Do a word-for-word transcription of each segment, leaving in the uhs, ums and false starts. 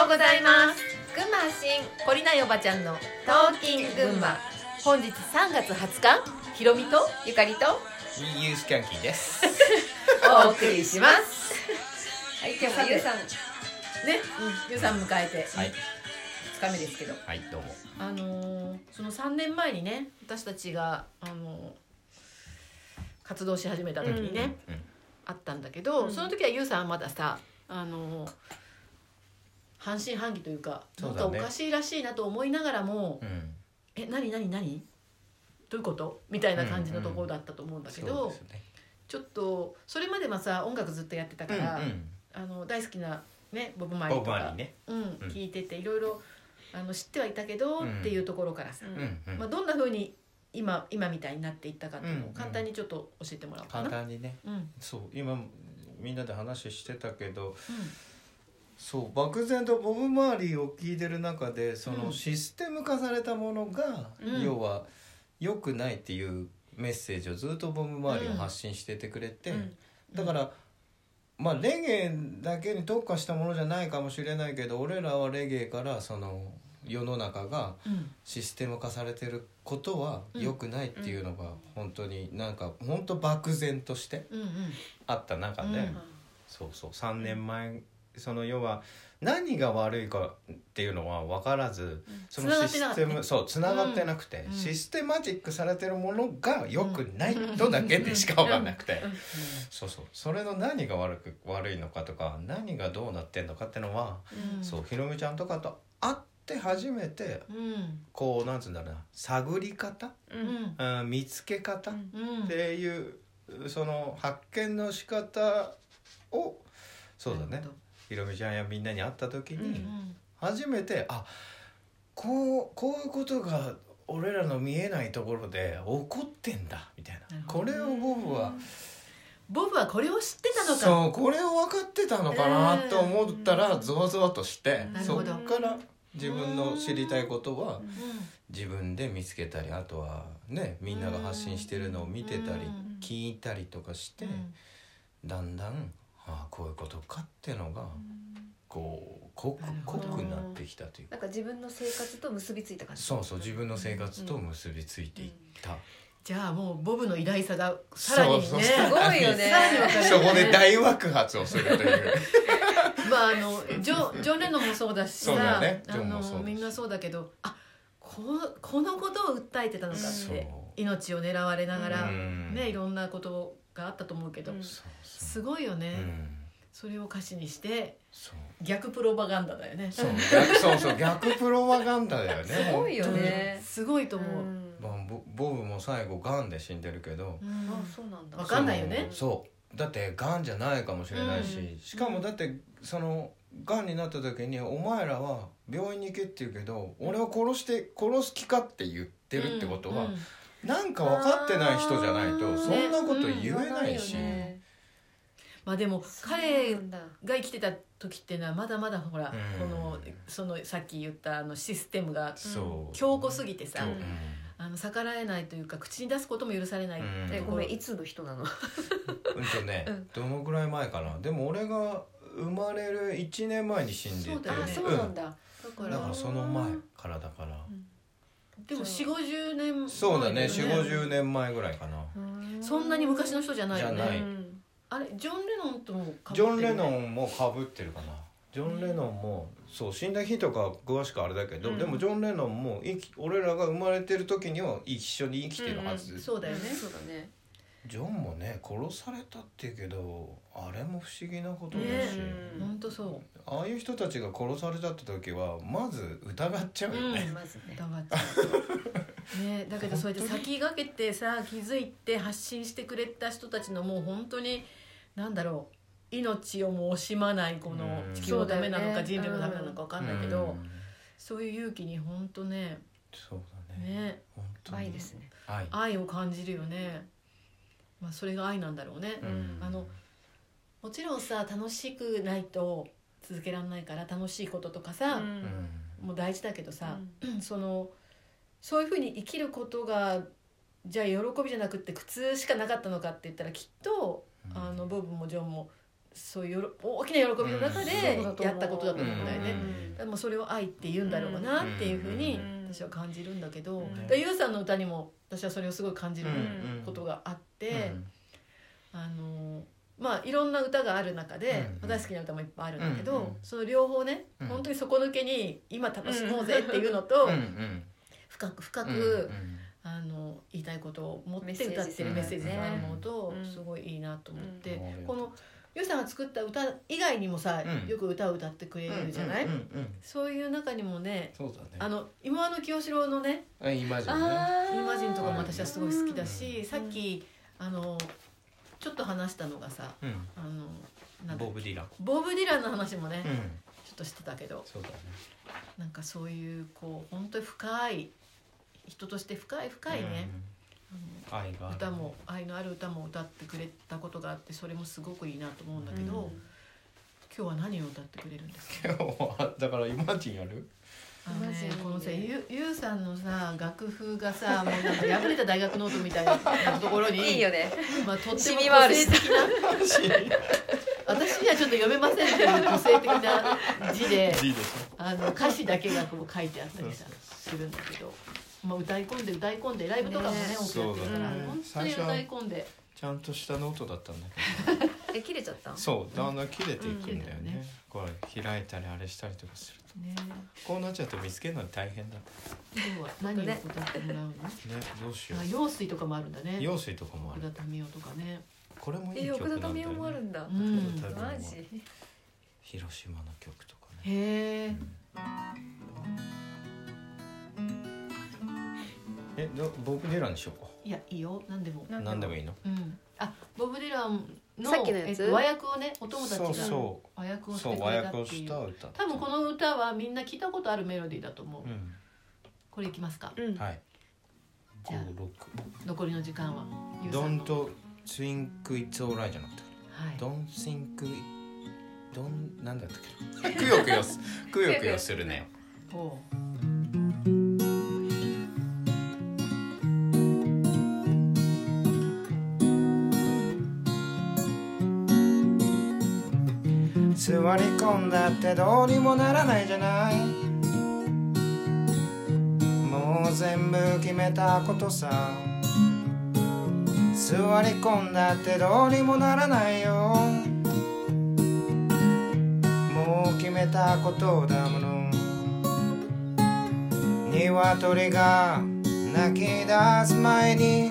うございます。 群馬発信懲りないおばちゃんのトーキン群馬。本日さんがつはつか、ひろみとゆかりとユースキャンキーですお送りします。 はい、今日もゆうさんね、 うん、ゆうさん迎えてはい、 ふつかめですけど、 はい、どうも。 あのー、そのさんねんまえにね、私たちが、あのー、活動し始めた時にね、 うんうん、 あったんだけど、 うん、 その時はゆうさんはまださ、あのー、半信半疑というか、なんかおかしいらしいなと思いながらも、 うん、 え、何何何どういうことみたいな感じのところだったと思うんだけど、 うんうん、そうですね、 ちょっとそれまではさ、音楽ずっとやってたから、 うんうん、 あの大好きな、ね、ボブ・マーリーとか、 ね、 うん、聞いてていろいろあの知ってはいたけど、うん、っていうところからさ、 うんうん、 まあ、どんな風に今今みたいになっていったかっていうのを簡単にちょっと教えてもらおうかな。 簡単にね、うん、そう今みんなで話してたけど、うん、そう漠然とボブ・マーリーを聞いてる中でそのシステム化されたものが、うん、要は良くないっていうメッセージをずっとボブ・マーリーが発信しててくれて、うん、だからまあレゲエだけに特化したものじゃないかもしれないけど、俺らはレゲエからその世の中がシステム化されてることは良くないっていうのが本当になんか本当漠然としてあった中で、うんうん、そうそうさんねんまえその要は何が悪いかっていうのは分からず、そのシステムそうつながってなくて、システマチックされてるものが良くないとだけでしか分かんなくて、そうそうそれの何が悪く悪いのかとか何がどうなってんのかっていうのは、そうひろみちゃんとかと会って初めて、こうなんつうんだろうな、探り方、うん、見つけ方っていうその発見の仕方を、そうだね、ひろみちゃんやみんなに会った時に初めて、あ、こうこういうことが俺らの見えないところで起こってんだみたいな、これをボブはボブはこれを知ってたのか、 そうこれを分かってたのかなと思ったらゾワゾワとして、そっから自分の知りたいことは自分で見つけたり、あとはねみんなが発信してるのを見てたり聞いたりとかして、だんだんああこういうことかっていうのがこう濃く濃くなってきたというか、 なんか自分の生活と結びついた感じ。 そうそう自分の生活と結びついていった、うんうん、 じゃあもうボブの偉大さがさらにね、 そうそうすごいよね、 さらに分かる、ね、 そこで大爆発をするというまああのジョン、ジョン・レノンもそうだしさ、 そうだね、 あのみんなそうだけど、あ こ, このことを訴えてたのかって、命を狙われながら、ね、いろんなことがあったと思うけど、うん、すごいよね、うん、それを歌詞にして逆プロパガンダだよね。 そう逆そうそう逆プロパガンダだよねすごいよね、 すごいと思う、 うんまあ、ボ, ボブも最後ガンで死んでるけど、 うん、あそうなんだ、 分かんないよね。 そうだってガンじゃないかもしれないし、うん、しかもだってそのガンになった時にお前らは病院に行けって言うけど、俺を殺して殺す気かって言ってるってことは、うんうん、なんか分かってない人じゃないとそんなこと言えないし、ね、 まあでも彼が生きてた時っていうのはまだまだほら、うん、このそのさっき言ったあのシステムが強固すぎてさ、うん、あの逆らえないというか口に出すことも許されない、うん、 ごめんいつの人なのうんとね、うん、どのぐらい前かな、でも俺が生まれるいちねんまえに死んでて、 そうだよね、 あそうなんだ、だからだからその前からだから、 うんでも よんじゅうごじゅうねん、 そうだね、よんじゅうごじゅうねんまえぐらいかな、 そんなに昔の人じゃないよね。 じゃない、 あれジョン・レノンとも被ってる、ね、 ジョン・レノンも被ってるかな。ジョン・レノンもそう死んだ日とか詳しくあれだけど、うん、でもジョン・レノンも生き俺らが生まれてる時には一緒に生きてるはず、 うんうん、そうだよね、 そうだね。 ジョンもね殺されたっていうけどあれも不思議なことだし、 本当、ね、そうああいう人たちが殺されたって時はまず疑っちゃうよね、 うん、まずね疑っちゃうね、だけどそうやって先駆けてさ気づいて発信してくれた人たちのもう本当になんだろう、命をも惜しまないこの地球のためなのか、ね、人類のためなのか分かんないけど、うん、そういう勇気に本当ね、 そうだね、 ね、 本当に愛ですね、 愛、 愛を感じるよね。まあ、それが愛なんだろうね、 うん、 あのもちろんさ楽しくないと続けられないから楽しいこととかさ、うん、もう大事だけどさ、うん、そのそういうふうに生きることがじゃあ喜びじゃなくって苦痛しかなかったのかって言ったらきっと、うん、あのボブもジョンもそういうよろ大きな喜びの中でやったことだと思うんだよね、 うんだからもうそれを愛って言うんだろうなっていうふうに私は感じるんだけど、 うんだからユウさんの歌にも私はそれをすごい感じるうんことがあって、 うんあのまあいろんな歌がある中で、 うん私好きな歌もいっぱいあるんだけど、 うんその両方ね、 うん本当に底抜けに今楽しもうぜっていうのと、 うんうん深く深く、 うんあの言いたいことを持ってメッセージ歌ってるメッセージがあるものとうんすごいいいなと思って、 うんこのユウさんが作った歌以外にもさ、 うんよく歌を歌ってくれるじゃない、 うんうんうんそういう中にもね、 そうだねあの今の清志郎のねあイマジンねあイマジンとかも私はすごい好きだし、 うんさっきあのちょっと話したのがさ、 うんあのなんだボブ・ディランボブ・ディランの話もね、 うんちょっとしてたけど、 そうだねなんかそういうこう本当に深い人として深い深いね、 うん愛がある歌も愛のある歌も歌ってくれたことがあって、それもすごくいいなと思うんだけど、 うん今日は何を歌ってくれるんですか？ 今日はだからイマジンやるあのねマジでこのさゆゆうさんのさ楽譜がさもうなんか破れた大学ノートみたいなところにいいよね。 まあ、とっても染み個回るし性的な私にはちょっと読めませんっていう個性的な字でいいでしあの歌詞だけがこう書いてあったりさするんだけど、まあ、歌い込んで歌い込んでライブとかもねね多くやってるから、 そうだね本当に歌い込んでょちゃんとしたノートだったんだけどえ切れちゃった？ そうだんだん切れていくんだようんねこれ開いたりあれしたりとかするとね。 こうなっちゃうと見つけるのに大変だね今日は何を歌ってもらうの？ どうしよあ、用水とかもあるんだね。 う用水とかもあ奥る田民生とかね。 これもいいえ曲なんだよ奥田民生もあるねんだ。 うん。 多分マジ？ 広島の曲とかねへえ。 えどボブ・ディランにしようかいやいいよ何でも。 なん何でもいいのうん。あ、ボブディランのさっきのやつえっと和訳をね、お友達そうがそ和訳をうそうしてく和訳をれたっていう。 した歌多分この歌はみんな聞いたことあるメロディーだと思う。 うこれいきますか。 うんん。はいじゃあご、ろ残りの時間は。 くゆうさんの Don't think it's alright じゃなくてはい。 Don't think it don't なんだったっけくよくよすくよくよするねほ座り込んだってどうにもならないじゃないもう全部決めたことさ座り込んだってどうにもならないよもう決めたことだもの鶏が鳴き出す前に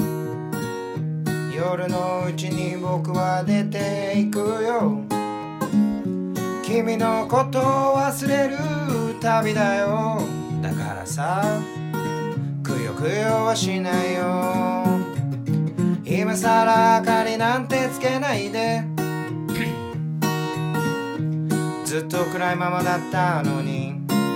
夜のうちに僕は出ていくよ君のことを忘れる旅だよだからさくよくよはしないよ今さら明かりなんてつけないでずっと暗いままだったのに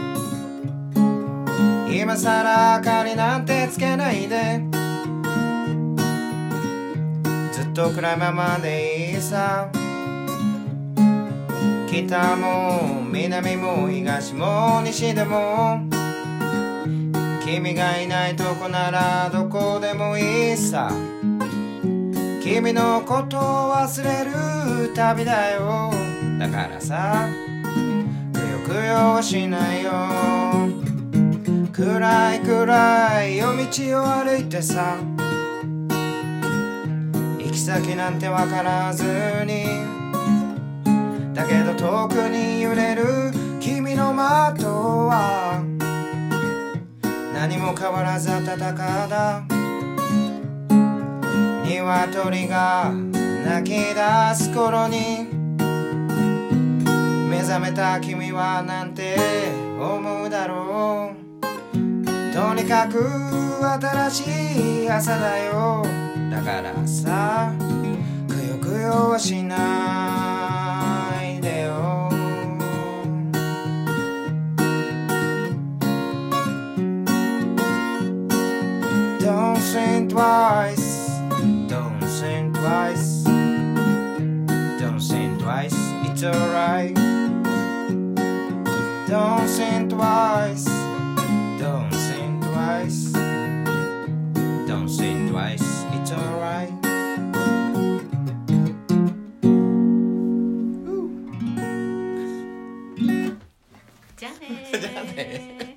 今さら明かりなんてつけないでずっと暗いままでいいさ北も南も東も西でも君がいないとこならどこでもいいさ君のことを忘れる旅だよだからさくよくよはしないよ暗い暗い夜道を歩いてさ行き先なんてわからずにだけど遠くに揺れる君の的は何も変わらず暖かだ鶏が鳴き出す頃に目覚めた君はなんて思うだろうとにかく新しい朝だよだからさくよくよはしないでよDon't think twice Don't think twice Don't think twice It's alright Don't think twice Don't think twice Don't think twice It's alright じゃあねーじゃあね